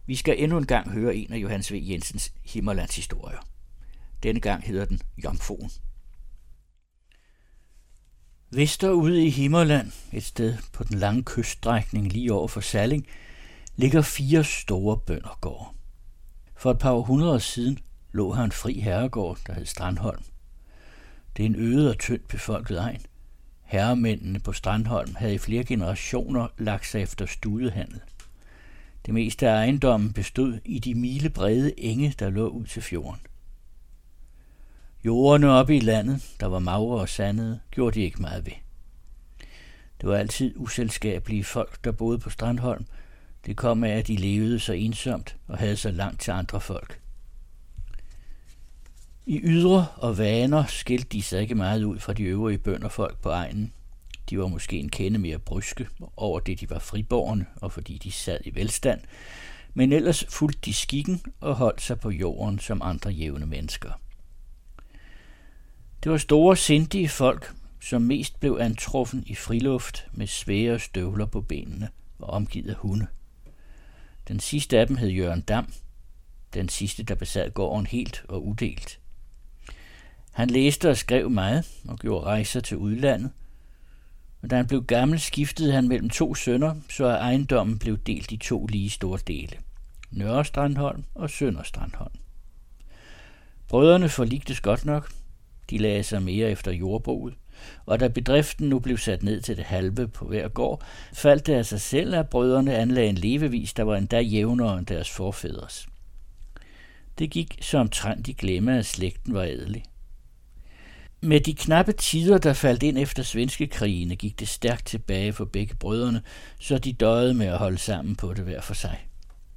Vi skal endnu en gang høre en af Johannes V. Jensens Himmerlands historier. Denne gang hedder den Jomfruen. Vestude i Himmerland, et sted på den lange kyststrækning lige over for Salling, ligger 4 store bøndergårde. For et par århundreder siden lå her en fri herregård, der hed Strandholm. Det er en øde og tyndt befolket egn. Herremændene på Strandholm havde i flere generationer lagt sig efter studehandel. Det meste af ejendommen bestod i de milebrede enge, der lå ud til fjorden. Jordene oppe i landet, der var magre og sandede, gjorde de ikke meget ved. Det var altid uselskabelige folk, der boede på Strandholm. Det kom af, at de levede så ensomt og havde så langt til andre folk. I ydre og vaner skilte de sig ikke meget ud fra de øvrige bønderfolk på egnen. De var måske en kende mere bryske over det, de var friborgerne, og fordi de sad i velstand, men ellers fulgte de skikken og holdt sig på jorden som andre jævne mennesker. Det var store, sindige folk, som mest blev antruffen i friluft med svære støvler på benene og omgivet af hunde. Den sidste af dem hed Jørgen Dam, den sidste, der besad gården helt og udelt. Han læste og skrev meget og gjorde rejser til udlandet, og da han blev gammel, skiftede han mellem 2 sønner, så ejendommen blev delt i 2 lige store dele, Nørre Strandholm og Sønder Strandholm. Brødrene forligtes godt nok. De lagde sig mere efter jordbruget, og da bedriften nu blev sat ned til det halve på hver gård, faldt det af sig selv, at brødrene anlagde en levevis, der var endda jævnere end deres forfædres. Det gik så omtrent i glemme, at slægten var ædelig. Med de knappe tider, der faldt ind efter svenskekrigene, gik det stærkt tilbage for begge brødrene, så de døjede med at holde sammen på det hver for sig.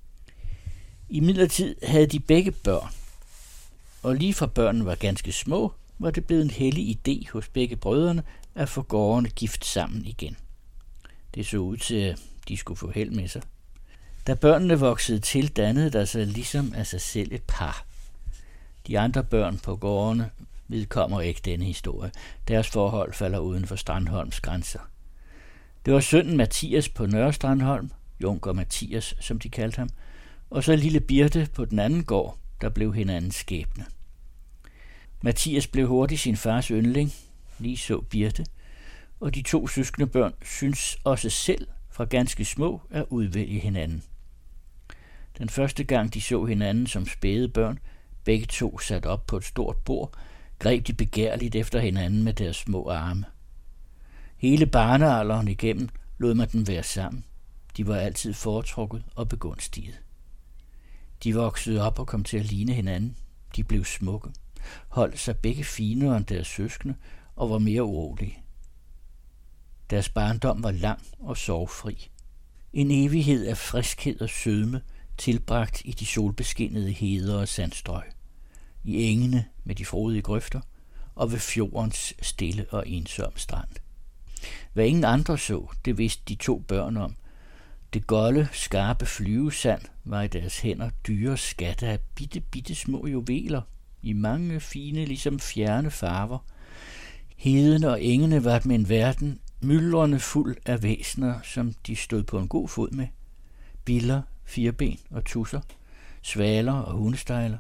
Imidlertid havde de begge børn, og lige fra børnene var ganske små, var det blevet en hellig idé hos begge brødrene at få gårdene gift sammen igen. Det så ud til, at de skulle få held med sig. Da børnene voksede til, dannede der sig ligesom af sig selv et par. De andre børn på gårdene vedkommer ikke denne historie. Deres forhold falder uden for Strandholms grænser. Det var sønnen Mathias på Nørre Strandholm, Junker Mathias, som de kaldte ham, og så lille Birte på den anden gård, der blev hinandens skæbne. Mathias blev hurtigt sin fars yndling, lige så Birte, og de 2 søskende børn synes også selv fra ganske små at udvælge hinanden. Den første gang de så hinanden som spæde børn, begge 2 sat op på et stort bord, greb de begærligt efter hinanden med deres små arme. Hele barnealderen igennem lod man dem være sammen. De var altid foretrukket og begunstiget. De voksede op og kom til at ligne hinanden. De blev smukke, holdt sig begge finere end deres søskende og var mere urolige. Deres barndom var lang og sorgfri. En evighed af friskhed og sødme, tilbragt i de solbeskinnede heder og sandstrøg, i engene med de frodige grøfter og ved fjordens stille og ensomme strand. Hvad ingen andre så, det vidste de 2 børn om. Det golde, skarpe flyvesand var i deres hænder dyre skatte af bitte små juveler, i mange fine, ligesom fjerne farver. Hedene og engene var med en verden myldrende fuld af væsener, som de stod på en god fod med. Biller, firben og tusser, svaler og hundestejler.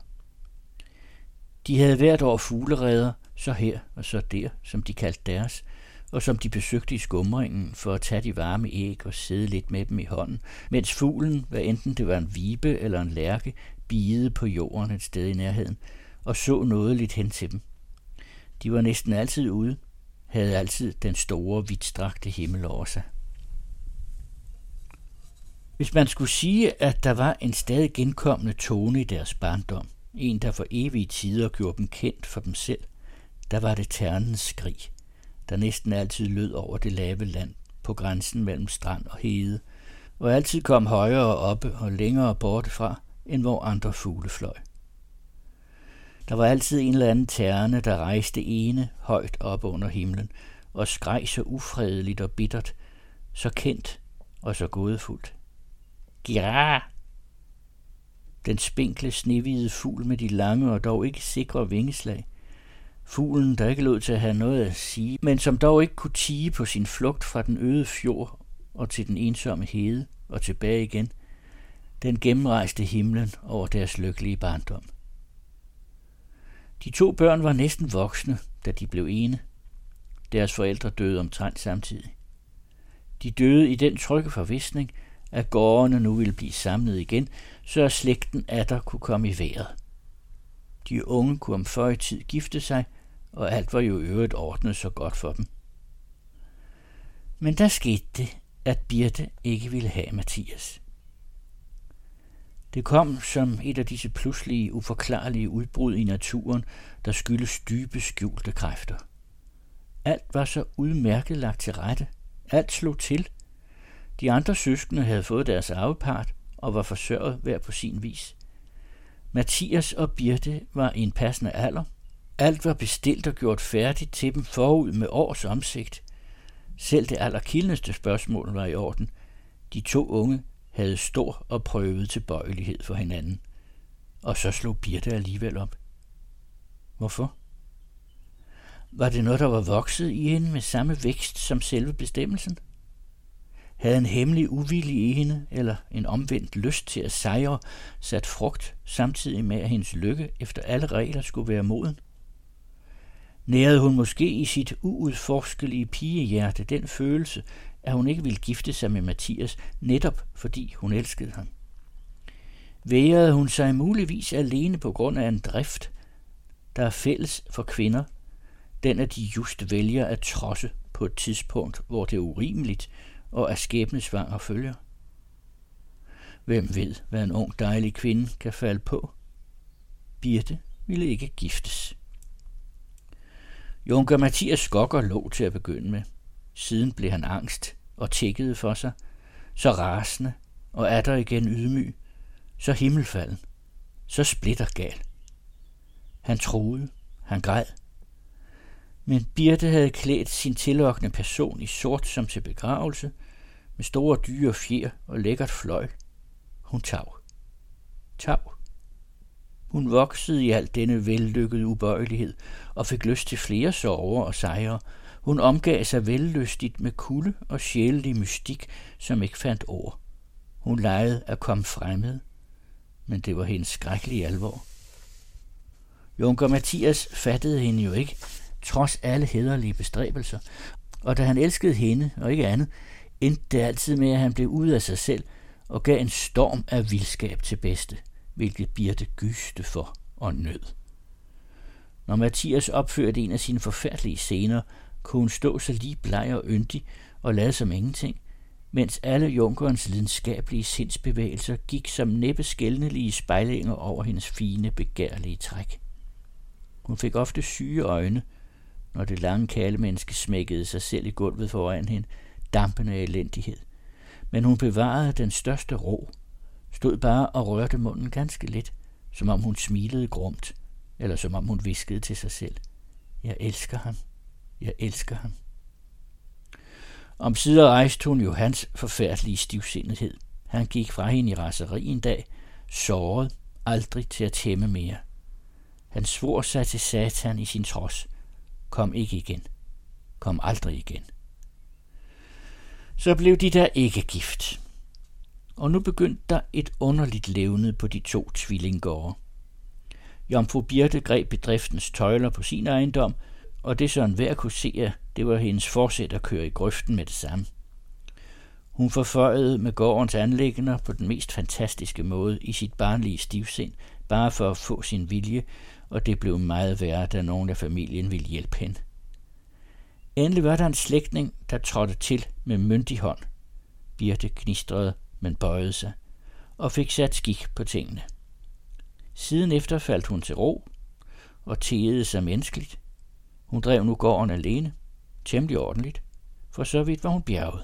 De havde hvert år fuglereder, så her og så der, som de kaldte deres, og som de besøgte i skumringen for at tage de varme æg og sidde lidt med dem i hånden, mens fuglen, hvad enten det var en vibe eller en lærke, biede på jorden et sted i nærheden, og så noget lidt hen til dem. De var næsten altid ude, havde altid den store, vidtstrakte himmel over sig. Hvis man skulle sige, at der var en stadig genkommende tone i deres barndom, en der for evige tider gjorde dem kendt for dem selv, der var det ternens skrig, der næsten altid lød over det lave land på grænsen mellem strand og hede, og altid kom højere oppe og længere borte fra, end hvor andre fugle fløj. Der var altid en eller anden terne, der rejste ene højt op under himlen og skreg så ufredeligt og bittert, så kendt og så gådefuldt. Gira! Den spinkle, snehvide fugl med de lange og dog ikke sikre vingeslag. Fuglen, der ikke lod til at have noget at sige, men som dog ikke kunne tie på sin flugt fra den øde fjord og til den ensomme hede og tilbage igen. Den gennemrejste himlen over deres lykkelige barndom. De 2 børn var næsten voksne, da de blev ene. Deres forældre døde omtrent samtidig. De døde i den trygge forvisning, at gårdene nu ville blive samlet igen, så slægten atter kunne komme i vejret. De unge kunne om føje tid gifte sig, og alt var jo i øvrigt ordnet så godt for dem. Men der skete det, at Birte ikke ville have Mathias. Det kom som et af disse pludselige, uforklarlige udbrud i naturen, der skyldes dybe, skjulte kræfter. Alt var så udmærket lagt til rette. Alt slog til. De andre søskende havde fået deres arvepart og var forsørget hver på sin vis. Mathias og Birte var i en passende alder. Alt var bestilt og gjort færdigt til dem forud med års omsigt. Selv det allerkildeste spørgsmål var i orden. De 2 unge havde stor og prøvet tilbøjelighed for hinanden. Og så slog Birte alligevel op. Hvorfor? Var det noget, der var vokset i hende med samme vækst som selve bestemmelsen? Havde en hemmelig uvilje i hende, eller en omvendt lyst til at sejre, sat frugt, samtidig med at hendes lykke efter alle regler skulle være moden? Nærede hun måske i sit uudforskelige pigehjerte den følelse, at hun ikke ville gifte sig med Mathias, netop fordi hun elskede ham? Vægrede hun sig muligvis alene på grund af en drift, der er fælles for kvinder, den at de just vælger at trodse på et tidspunkt, hvor det er urimeligt og af skæbnesvanger følger? Hvem ved, hvad en ung dejlig kvinde kan falde på? Birte ville ikke giftes. Junker Mathias Skokker lå til at begynde med. Siden blev han angst og tækkede for sig, så rasende og atter igen ydmyg, så himmelfalden, så splittergal. Han troede, han græd. Men Birte havde klædt sin tillokkende person i sort som til begravelse, med store dyre fjer og lækkert fløjl. Hun tav. Hun voksede i al denne vellykkede ubøjelighed og fik lyst til flere sorger og sejre. Hun omgav sig vellystigt med kulde og sjælelig mystik, som ikke fandt ord. Hun legede at komme fremmed, men det var hendes skrækkelige alvor. Junker Mathias fattede hende jo ikke, trods alle hæderlige bestræbelser, og da han elskede hende og ikke andet, endte det altid med, at han blev ude af sig selv og gav en storm af vildskab til bedste, hvilket Birte gyste for og nød. Når Mathias opførte en af sine forfærdelige scener, kunne hun stå så lige bleg og yndig og lade som ingenting, mens alle junkerens lidenskabelige sindsbevægelser gik som næppe skælnelige spejlinger over hendes fine, begærlige træk. Hun fik ofte syge øjne, når det lange kælemenneske smækkede sig selv i gulvet foran hende, dampende af elendighed. Men hun bevarede den største ro, stod bare og rørte munden ganske lidt, som om hun smilede grumt, eller som om hun hviskede til sig selv. Jeg elsker ham. Jeg elsker ham. Omsider rejste hun jo hans forfærdelige stivsindighed. Han gik fra hende i raseri en dag, såret, aldrig til at tæmme mere. Han svor sig til Satan i sin trods. Kom ikke igen. Kom aldrig igen. Så blev de der ikke gift. Og nu begyndte der et underligt levned på de 2 tvillinggårde. Jomfru Birte greb bedriftens tøjler på sin ejendom, og det så enhver kunne se, at det var hendes forsæt at køre i grøften med det samme. Hun forføjede med gårdens anliggender på den mest fantastiske måde i sit barnlige stivsind, bare for at få sin vilje, og det blev meget værre, da nogen af familien ville hjælpe hende. Endelig var der en slægtning, der trådte til med myndig hånd. Birte gnistrede, men bøjede sig, og fik sat skik på tingene. Siden efter faldt hun til ro, og tegede sig menneskeligt. Hun drev nu gården alene, temmelig ordentligt, for så vidt var hun bjerget.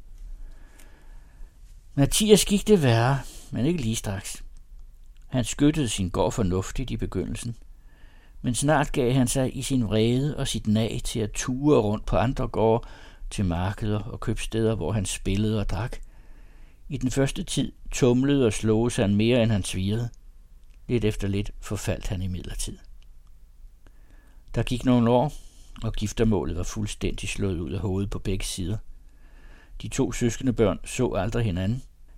Mathias gik det værre, men ikke lige straks. Han skyttede sin gård fornuftigt i begyndelsen, men snart gav han sig i sin vrede og sit nag til at ture rundt på andre gårde, til markeder og købsteder, hvor han spillede og drak. I den første tid tumlede og slog han mere, end han svirrede. Lidt efter lidt forfaldt han imidlertid. Der gik nogle år, og giftermålet var fuldstændig slået ud af hovedet på begge sider. De 2 søskendebørn så aldrig hinanden.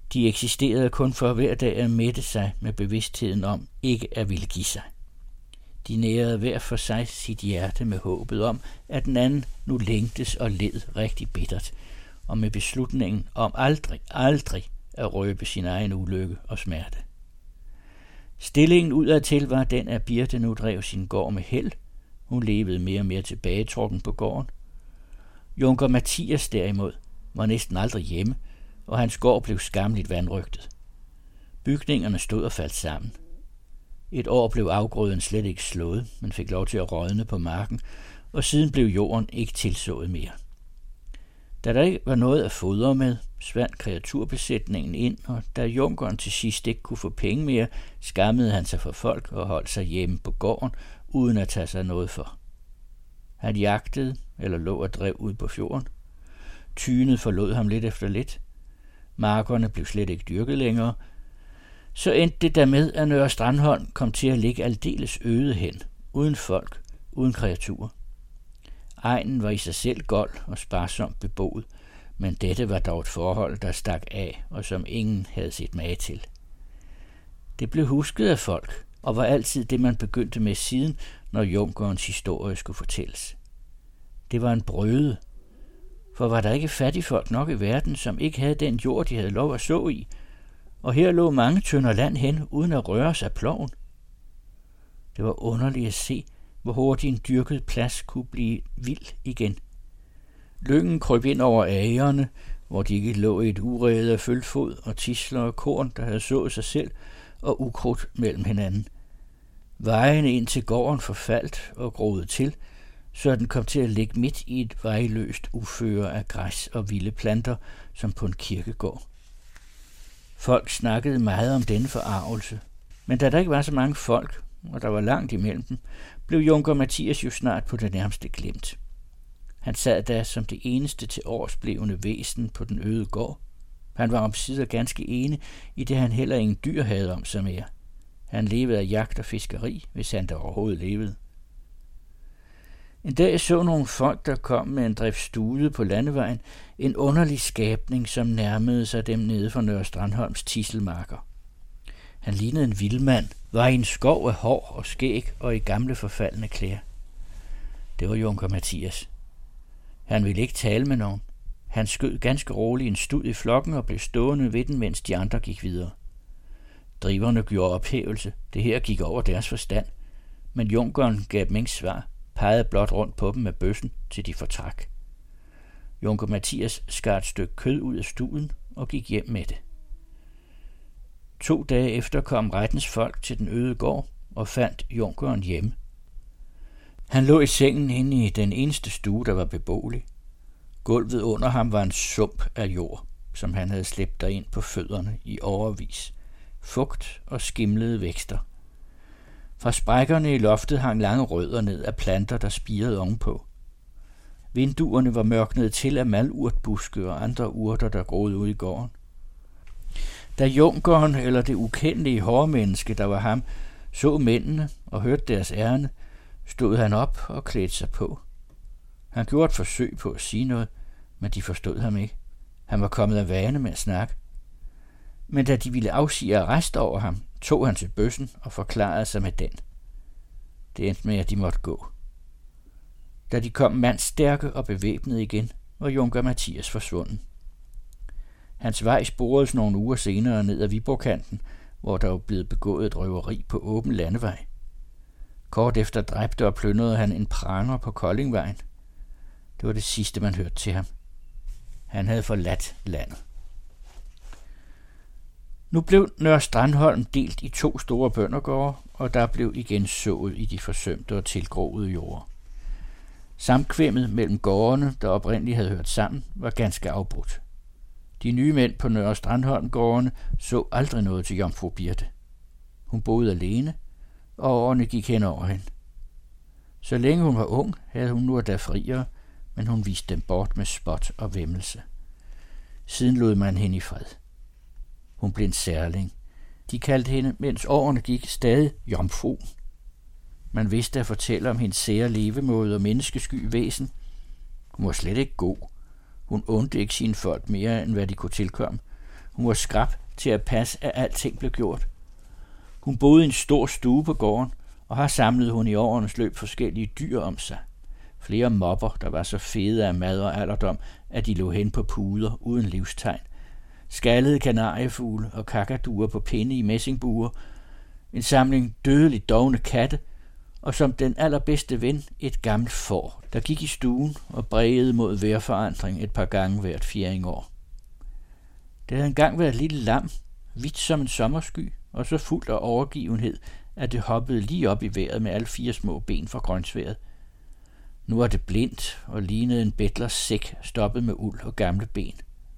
De eksisterede kun for hver dag at mætte sig med bevidstheden om ikke at ville give sig. De nærede hver for sig sit hjerte med håbet om, at den anden nu længtes og led rigtig bittert, og med beslutningen om aldrig at røbe sin egen ulykke og smerte. Stillingen udadtil var den, at Birte nu drev sin gård med held. Hun levede mere og mere tilbagetrukken på gården. Junker Mathias derimod var næsten aldrig hjemme, og hans gård blev skamligt vanrøgtet. Bygningerne stod og faldt sammen. Et år blev afgrøden slet ikke slået, men fik lov til at rådne på marken, og siden blev jorden ikke tilsået mere. Da der ikke var noget at fodre med, svandt kreaturbesætningen ind, og da junkeren til sidst ikke kunne få penge mere, skammede han sig for folk og holdt sig hjemme på gården, uden at tage sig noget for. Han jagtede eller lå og drev ud på fjorden. Tynet forlod ham lidt efter lidt. Markerne blev slet ikke dyrket længere. Så endte det der med, at Nørre Strandholm kom til at ligge aldeles øde hen, uden folk, uden kreaturer. Egnen var i sig selv gold og sparsomt beboet, men dette var dog et forhold, der stak af, og som ingen havde set mage til. Det blev husket af folk, og var altid det, man begyndte med siden, når junkerens historie skulle fortælles. Det var en brøde, for var der ikke fattigfolk nok i verden, som ikke havde den jord, de havde lov at så i, og her lå mange tønder land hen, uden at røre sig af ploven. Det var underligt at se, hvor hurtigt en dyrket plads kunne blive vild igen. Lyngen krøb ind over agerne, hvor de ikke lå i et uredet af følfod og tisler og korn, der havde sået sig selv, og ukrudt mellem hinanden. Vejene ind til gården forfaldt og groede til, så den kom til at ligge midt i et vejløst uføre af græs og vilde planter, som på en kirkegård. Folk snakkede meget om denne forarvelse, men da der ikke var så mange folk, og der var langt imellem dem, blev junker Mathias jo snart på det nærmeste glemt. Han sad da som det eneste til årsblevende væsen på den øde gård. Han var omsider ganske ene, i det han heller ingen dyr havde om sig mere. Han levede af jagt og fiskeri, hvis han da overhovedet levede. En dag så nogle folk, der kom med en drift stude på landevejen, en underlig skabning, som nærmede sig dem nede fra Nørre Strandholms tiselmarker. Han lignede en vildmand, var i en skov af hår og skæg og i gamle forfaldne klæder. Det var junker Mathias. Han ville ikke tale med nogen. Han skød ganske roligt en stud i flokken og blev stående ved den, mens de andre gik videre. Driverne gjorde ophævelse. Det her gik over deres forstand. Men junkeren gav dem ingen svar, pegede blot rundt på dem med bøssen, til de fortrak. Junker Mathias skar et stykke kød ud af studen og gik hjem med det. 2 dage efter kom rettens folk til den øde gård og fandt junkeren hjemme. Han lå i sengen inde i den eneste stue, der var beboelig. Gulvet under ham var en sump af jord, som han havde slæbt derind på fødderne i årevis. Fugt og skimlede vækster. Fra sprækkerne i loftet hang lange rødder ned af planter, der spirede ovenpå. Vinduerne var mørknet til af malurtbuske og andre urter, der groede ud i gården. Da junkeren eller det ukendelige hårmenneske, der var ham, så mændene og hørte deres ærinde, stod han op og klædte sig på. Han gjorde et forsøg på at sige noget, men de forstod ham ikke. Han var kommet af vane med at snakke. Men da de ville afsige arrest over ham, tog han til bøssen og forklarede sig med den. Det endte med, at de måtte gå. Da de kom mandstærke og bevæbnet igen, var junker Mathias forsvunden. Hans vej sporedes nogle uger senere ned ad Viborgkanten, hvor der var blevet begået et røveri på åben landevej. Kort efter dræbte og plyndrede han en pranger på Koldingvejen. Det var det sidste, man hørte til ham. Han havde forladt landet. Nu blev Nørre Strandholm delt i 2 store bøndergårde, og der blev igen sået i de forsømte og tilgroede jorder. Samkvemmet mellem gårdene, der oprindeligt havde hørt sammen, var ganske afbrudt. De nye mænd på Nørre Strandholm-gårdene så aldrig noget til jomfru Birte. Hun boede alene, og årene gik hen over hende. Så længe hun var ung, havde hun nu da friere, men hun viste dem bort med spot og væmmelse. Siden lod man hende i fred. Hun blev en særling. De kaldte hende, mens årene gik, stadig jomfruen. Man vidste at fortælle om hendes sære levemåde og menneskesky væsen. Hun var slet ikke god. Hun undte ikke sine folk mere, end hvad de kunne tilkomme. Hun var skrap til at passe, at alting blev gjort. Hun boede i en stor stue på gården, og har samlet hun i årenes løb forskellige dyr om sig. Flere mopper, der var så fede af mad og alderdom, at de lå hen på puder uden livstegn. Skallede kanariefugle og kakaduer på pinde i messingbuer. En samling dødeligt dovne katte, og som den allerbedste ven et gammelt får, der gik i stuen og brægede mod vejrforandring et par gange hvert 4 år. Det havde engang været et lille lam, hvidt som en sommersky, og så fuldt af overgivenhed, at det hoppede lige op i vejret med alle 4 små ben fra grønsværet. Nu var det blindt og lignede en betlers sæk stoppet med uld og gamle ben.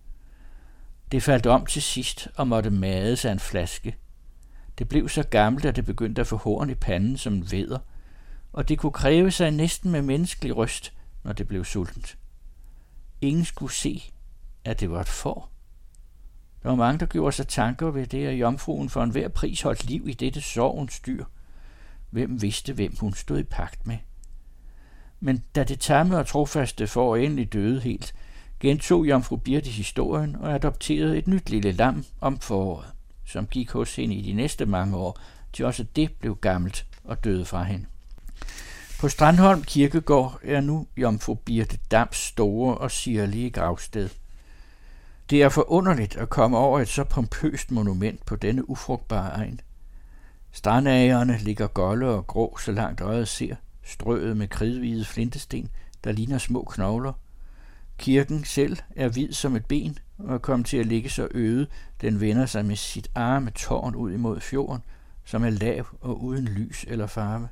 Det faldt om til sidst og måtte mades af en flaske. Det blev så gammelt, at det begyndte at få horn i panden som en vædder, og det kunne kræve sig næsten med menneskelig røst, når det blev sultent. Ingen skulle se, at det var et får. Der var mange, der gjorde sig tanker ved det, at jomfruen for enhver pris holdt liv i dette sorgens dyr. Hvem vidste, hvem hun stod i pagt med? Men da det tamme og trofaste får endelig døde helt, gentog jomfru Birthe historien og adopterede et nyt lille lam om foråret, som gik hos hende i de næste mange år, til også det blev gammelt og døde fra hende. På Strandholm Kirkegård er nu jomfru Birthe Dams store og sirlige gravsted. Det er forunderligt at komme over et så pompøst monument på denne ufrugtbare egen. Strandagerne ligger golde og grå, så langt øjet ser, strøet med kridhvide flintesten, der ligner små knogler. Kirken selv er hvid som et ben og er kommet til at ligge så øde, den vender sig med sit arme tårn ud imod fjorden, som er lav og uden lys eller farve.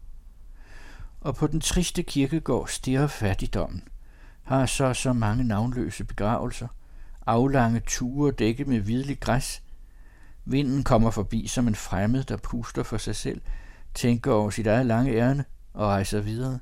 Og på den triste kirkegård stirrer fattigdommen, har så mange navnløse begravelser, aflange ture dækket med hvidligt græs. Vinden kommer forbi som en fremmed, der puster for sig selv, tænker over sit eget lange ærne og rejser videre.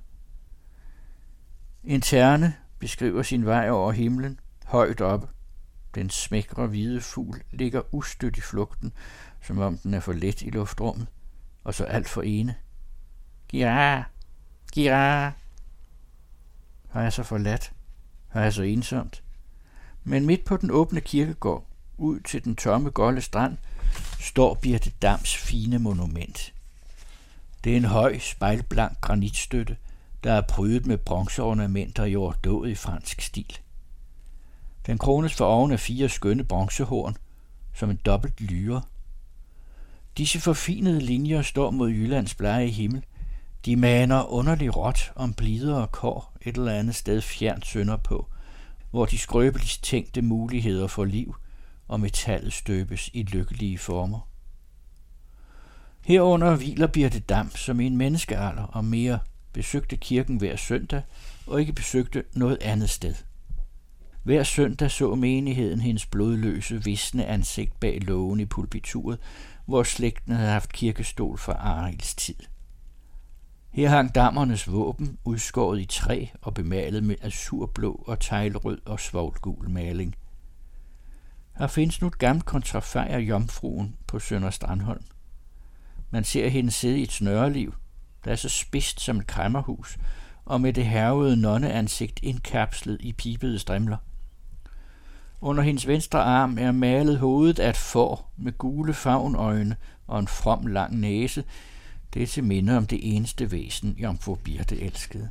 En terne beskriver sin vej over himlen, højt oppe. Den smækre hvide fugl ligger ustødt i flugten, som om den er for let i luftrummet, og så alt for ene. Gira, gira. Har jeg så forladt? Har jeg så ensomt? Men midt på den åbne kirkegård, ud til den tomme golde strand, står Birthe Dams fine monument. Det er en høj, spejlblank granitstøtte, der er prydet med bronzeornamenter i overdådig fransk stil. Den krones for oven af 4 skønne bronzehorn, som en dobbelt lyre. Disse forfinede linjer står mod Jyllands blege himmel. De maner underlig råt om blidere kår et eller andet sted fjernt sønderpå, hvor de skrøbeligst tænkte muligheder for liv og metallet støbes i lykkelige former. Herunder hviler Birthe Dam, som i en menneskealder og mere besøgte kirken hver søndag og ikke besøgte noget andet sted. Hver søndag så menigheden hendes blodløse, visne ansigt bag lågen i pulpituret, hvor slægten havde haft kirkestol fra Arilds tid. Her hang dammernes våben, udskåret i træ og bemalet med azurblå og teglrød og svovlgul maling. Her findes nu et gammelt kontrafej af jomfruen på Sønder Strandholm. Man ser hende sidde i et snøreliv, der er så spidst som et kræmmerhus, og med det hærvede nonneansigt indkapslet i pibede strimler. Under hendes venstre arm er malet hovedet af et får med gule favnøjne og en from lang næse. Det er til minde om det eneste væsen, jomfru Birthe elskede.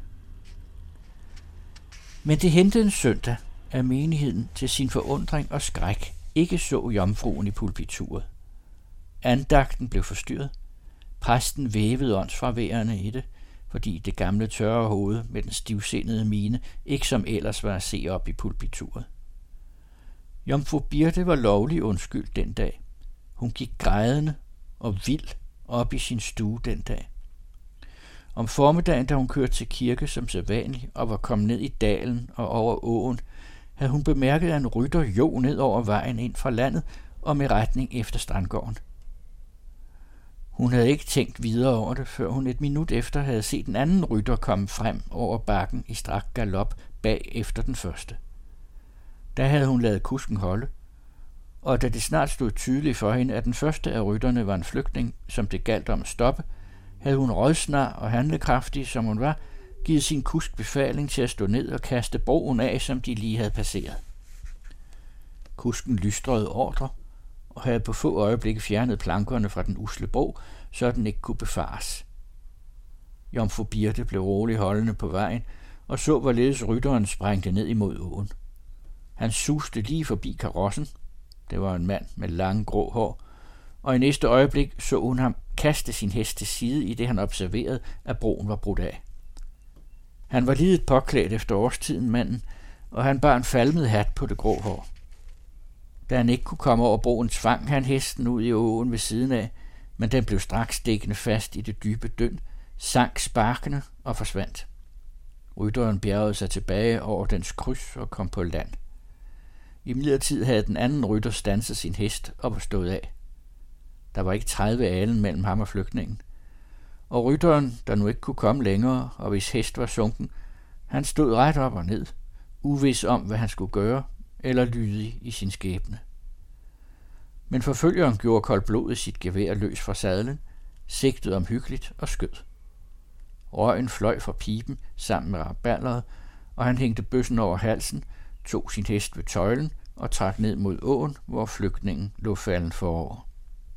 Men det hentede en søndag, at menigheden til sin forundring og skræk ikke så jomfruen i pulpituret. Andagten blev forstyrret. Præsten vævede åndsfraværende i det, fordi det gamle tørre hoved med den stivsindede mine ikke som ellers var at se op i pulpituret. Jomfru Birthe var lovlig undskyldt den dag. Hun gik grædende og vild op i sin stue den dag. Om formiddagen, da hun kørte til kirke som sædvanlig og var kommet ned i dalen og over åen, havde hun bemærket, at en rytter jo ned over vejen ind fra landet og med retning efter strandgården. Hun havde ikke tænkt videre over det, før hun et minut efter havde set en anden rytter komme frem over bakken i strak galop bag efter den første. Da havde hun ladet kusken holde, og da det snart stod tydeligt for hende, at den første af rytterne var en flygtning, som det galt om at stoppe, havde hun rådsnar og handlekraftig, som hun var, givet sin kusk befaling til at stå ned og kaste broen af, som de lige havde passeret. Kusken lystrede ordre og havde på få øjeblikke fjernet plankerne fra den usle bro, så den ikke kunne befares. Jomfru Birte blev rolig holdende på vejen og så, hvorledes rytteren sprængte ned imod åen. Han suste lige forbi karossen. Det var en mand med lange grå hår, og i næste øjeblik så hun ham kaste sin hest til side, i det han observerede, at broen var brudt af. Han var lidet påklædt efter årstiden, manden, og han bar en falmet hat på det grå hår. Da han ikke kunne komme over broen, tvang han hesten ud i åen ved siden af, men den blev straks stikkende fast i det dybe dynd, sank sparkende og forsvandt. Rytteren bjergede sig tilbage over dens kryds og kom på land. Imidlertid havde den anden rytter standset sin hest og var stået af. Der var ikke 30 alen mellem ham og flygtningen. Og rytteren, der nu ikke kunne komme længere, og hvis hest var sunken, han stod ret op og ned, uvis om, hvad han skulle gøre, eller lydig i sin skæbne. Men forfølgeren gjorde koldblodet sit gevær løs fra sadlen, sigtede omhyggeligt og skød. Røgen fløj fra piben sammen med rabalderet, og han hængte bøssen over halsen, tog sin hest ved tøjlen og trak ned mod åen, hvor flygtningen lå falden forover.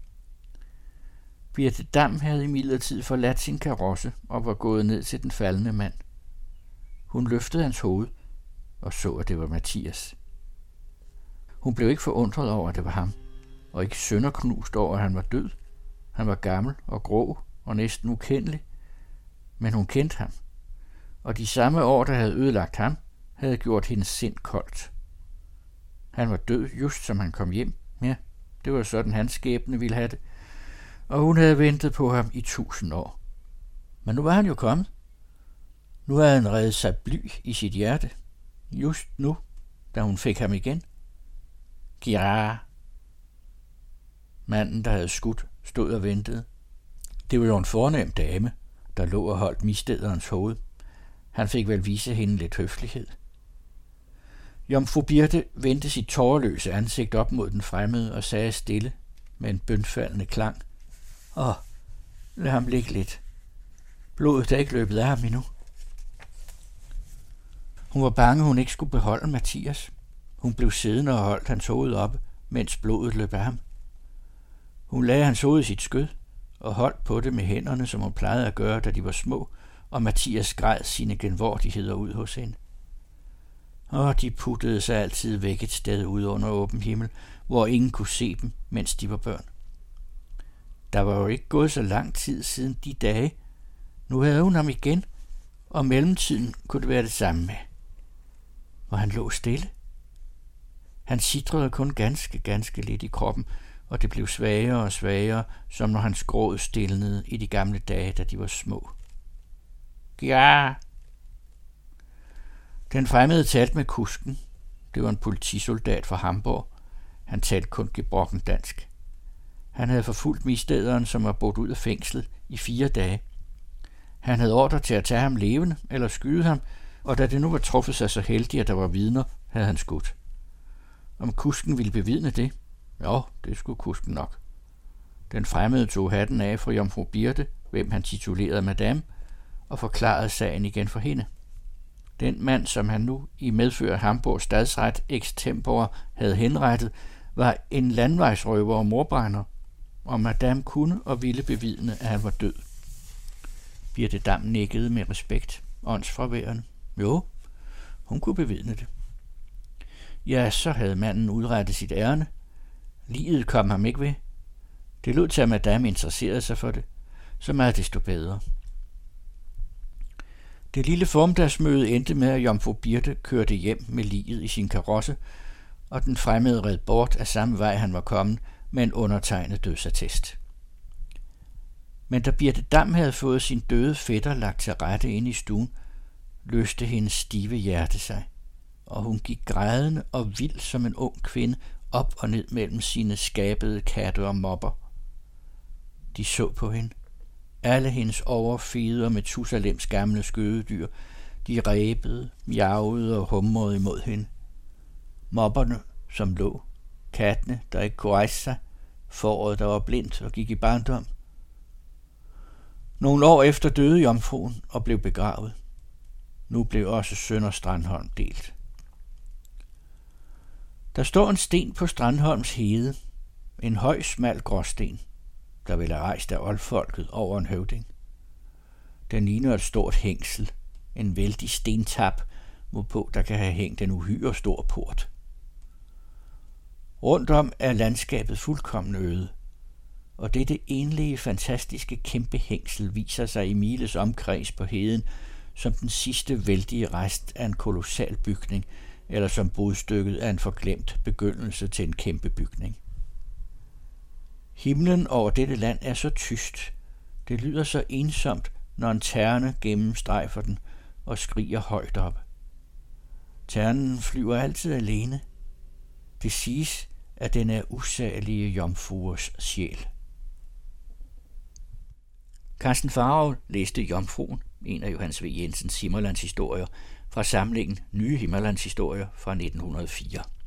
Birte Dam havde imidlertid forladt sin karosse og var gået ned til den faldende mand. Hun løftede hans hoved og så, at det var Mathias. Hun blev ikke forundret over, at det var ham, og ikke sønderknust over, at han var død. Han var gammel og grå og næsten ukendelig, men hun kendte ham, og de samme år, der havde ødelagt ham, havde gjort hendes sind koldt. Han var død, just som han kom hjem. Ja, det var sådan, hans skæbne ville have det, og hun havde ventet på ham i 1000 år. Men nu var han jo kommet. Nu havde han reddet sig bly i sit hjerte. Just nu, da hun fik ham igen. Gira. Manden, der havde skudt, stod og ventede. Det var jo en fornem dame, der lå og holdt misstederens hoved. Han fik vel vise hende lidt høflighed. Jomfru Birte vendte sit tårerløse ansigt op mod den fremmede og sagde stille med en bønfaldende klang: lad ham ligge lidt. Blodet er ikke løbet af ham endnu. Hun var bange, hun ikke skulle beholde Mathias. Hun blev siddende og holdt hans hoved oppe, mens blodet løb af ham. Hun lagde hans hoved i sit skød og holdt på det med hænderne, som hun plejede at gøre, da de var små, og Mathias græd sine genvordigheder ud hos hende. Og de puttede sig altid væk et sted ude under åben himmel, hvor ingen kunne se dem, mens de var børn. Der var jo ikke gået så lang tid siden de dage. Nu havde hun ham igen, og mellemtiden kunne det være det samme med. Og han lå stille. Han sitrede kun ganske lidt i kroppen, og det blev svagere og svagere, som når hans gråd stilnede i de gamle dage, da de var små. Ja. Den fremmede talte med kusken. Det var en politisoldat fra Hamburg. Han talte kun gebrokken dansk. Han havde forfulgt misstederen, som var brudt ud af fængslet i 4 dage. Han havde ordre til at tage ham levende eller skyde ham, og da det nu var truffet sig så heldigt, at der var vidner, havde han skudt. Om kusken ville bevidne det? Jo, det skulle kusken nok. Den fremmede tog hatten af fra Jomfru Birte, hvem han titulerede madame, og forklarede sagen igen for hende. Den mand, som han nu i medfør af Hamburgs stadsret extempore havde henrettet, var en landvejsrøver og mordbrænder, og madame kunne og ville bevidne, at han var død. Birte Dam nikkede med respekt, åndsfraværende. Jo, hun kunne bevidne det. Ja, så havde manden udrettet sit ærne. Liget kom ham ikke ved. Det lød til, at madame interesserede sig for det. Så meget desto bedre. Det lille formiddagsmøde endte med, at Jomfru Birte kørte hjem med liget i sin karosse, og den fremmede red bort af samme vej, han var kommet, med en undertegnet dødsattest. Men da Birte Dam havde fået sin døde fætter lagt til rette ind i stuen, løste hendes stive hjerte sig, og hun gik grædende og vild som en ung kvinde op og ned mellem sine skabede katte og mopper. De så på hende. Alle hendes overfede og Metusalems gamle skødedyr, de ræbede, miavede og humrede imod hende. Mopperne, som lå, kattene, der ikke kunne rejse sig, fåret, der var blindt og gik i barndom. Nogle år efter døde jomfruen og blev begravet. Nu blev også Sønder Strandholm delt. Der står en sten på Strandholms hede, en høj, smal gråsten, der vel er rejst af oldfolket over en høvding. Den ligner et stort hængsel, en vældig stentap, hvorpå der kan have hængt en uhyre stor port. Rundt om er landskabet fuldkommen øde, og dette enlige, fantastiske kæmpe hængsel viser sig i miles omkreds på heden som den sidste vældige rest af en kolossal bygning, eller som brudstykket af en forglemt begyndelse til en kæmpe bygning. Himlen over dette land er så tyst, det lyder så ensomt, når en terne gennemstrejfer den og skriger højt op. Ternen flyver altid alene. Det siges, at den er usagelige jomfruers sjæl. Carsten Faural læste Jomfruen, en af Johannes V. Jensens Himmerlandshistorier, fra samlingen Nye Himmerlandshistorier fra 1904.